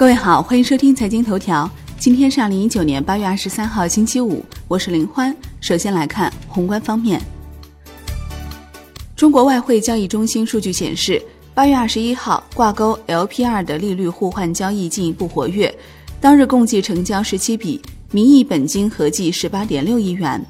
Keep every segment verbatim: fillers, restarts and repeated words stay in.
各位好，欢迎收听财经头条。今天是二零一九年八月二十三号星期五，我是林欢。首先来看宏观方面。中国外汇交易中心数据显示，八月二十一号挂钩 L P R 的利率互换交易进一步活跃，当日共计成交十七笔，名义本金合计 十八点六亿元。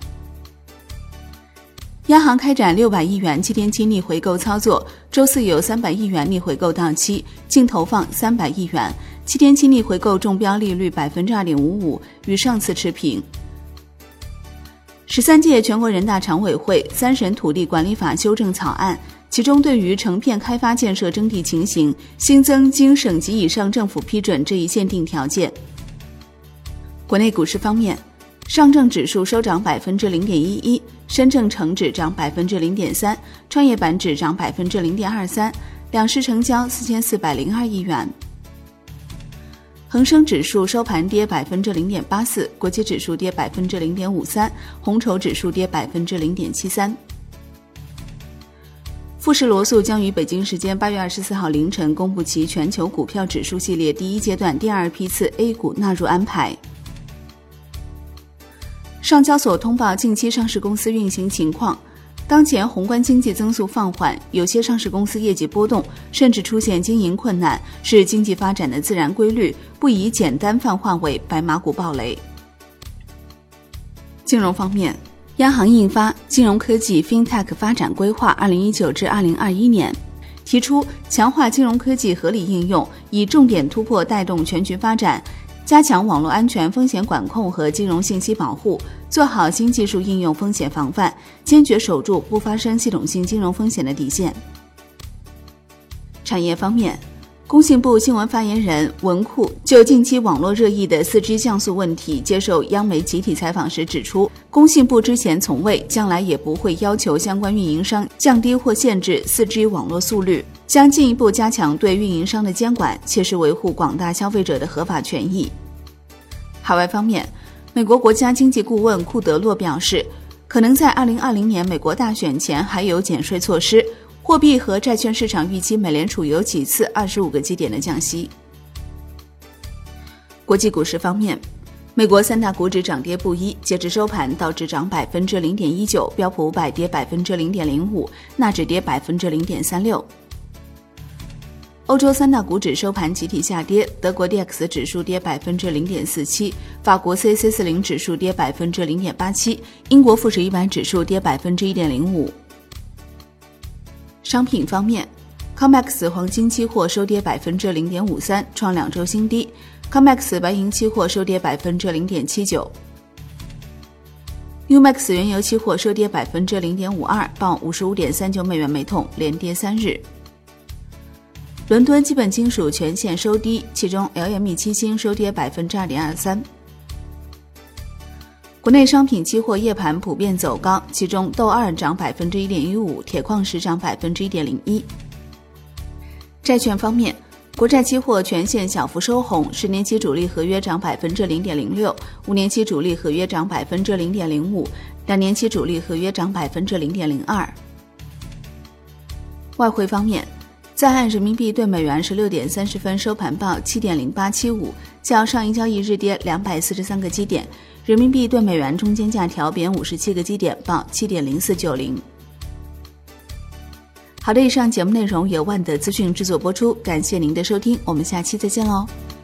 央行开展六百亿元七天期逆回购操作，周四有三百亿元逆回购到期，净投放三百亿元，七天期逆回购中标利率 百分之二点五五， 与上次持平。十三届全国人大常委会三审土地管理法修正草案，其中对于成片开发建设征地情形，新增经省级以上政府批准这一限定条件。国内股市方面，上证指数收涨 百分之零点一一， 深证成指涨 百分之零点三， 创业板指涨 百分之零点二三， 两市成交四千四百零二亿元。恒生指数收盘跌 百分之零点八四， 国际指数跌 百分之零点五三， 红筹指数跌 百分之零点七三。富时罗素将于北京时间八月二十四号凌晨公布其全球股票指数系列第一阶段第二批次 A 股纳入安排。上交所通报近期上市公司运行情况，当前宏观经济增速放缓，有些上市公司业绩波动，甚至出现经营困难，是经济发展的自然规律，不宜简单泛化为白马股暴雷。金融方面，央行印发《金融科技 FinTech 发展规划二零一九至二零二一年》，提出强化金融科技合理应用，以重点突破带动全局发展，加强网络安全风险管控和金融信息保护，做好新技术应用风险防范，坚决守住不发生系统性金融风险的底线。产业方面，工信部新闻发言人文库就近期网络热议的 四 G 降速问题接受央媒集体采访时指出，工信部之前从未，将来也不会要求相关运营商降低或限制 四 G 网络速率，将进一步加强对运营商的监管，切实维护广大消费者的合法权益。海外方面，美国国家经济顾问库德洛表示，可能在二零二零年美国大选前还有减税措施，货币和债券市场预期美联储有几次二十五个基点的降息。国际股市方面，美国三大股指涨跌不一，截至收盘，道指涨 百分之零点一九， 标普五百跌 百分之零点零五， 纳指跌 百分之零点三六。欧洲三大股指收盘集体下跌，德国 D X 指数跌 百分之零点四七， 法国 C A C 四十 指数跌 百分之零点八七， 英国富时一百指数跌 百分之一点零五。商品方面， C O M E X 黄金期货收跌 百分之零点五三， 创两周新低， C O M E X 白银期货收跌 百分之零点七九。 N Y M E X 原油期货收跌 百分之零点五二， 报 五十五点三九美元每桶，连跌三日。伦敦基本金属全线收低，其中 L M E 期锌收跌 百分之二点二三。国内商品期货夜盘普遍走高，其中豆二涨 百分之一点一五， 铁矿石涨 百分之一点零一。债券方面，国债期货全线小幅收红，十年期主力合约涨 百分之零点零六， 五年期主力合约涨 百分之零点零五， 两年期主力合约涨 百分之零点零二。外汇方面，在岸人民币对美元十六点三十分收盘报 七点零八七五， 较上一交易日跌两百四十三个基点，人民币对美元中间价调贬五十七个基点，报 七点零四九零。好的，以上节目内容由万德资讯制作播出，感谢您的收听，我们下期再见喽。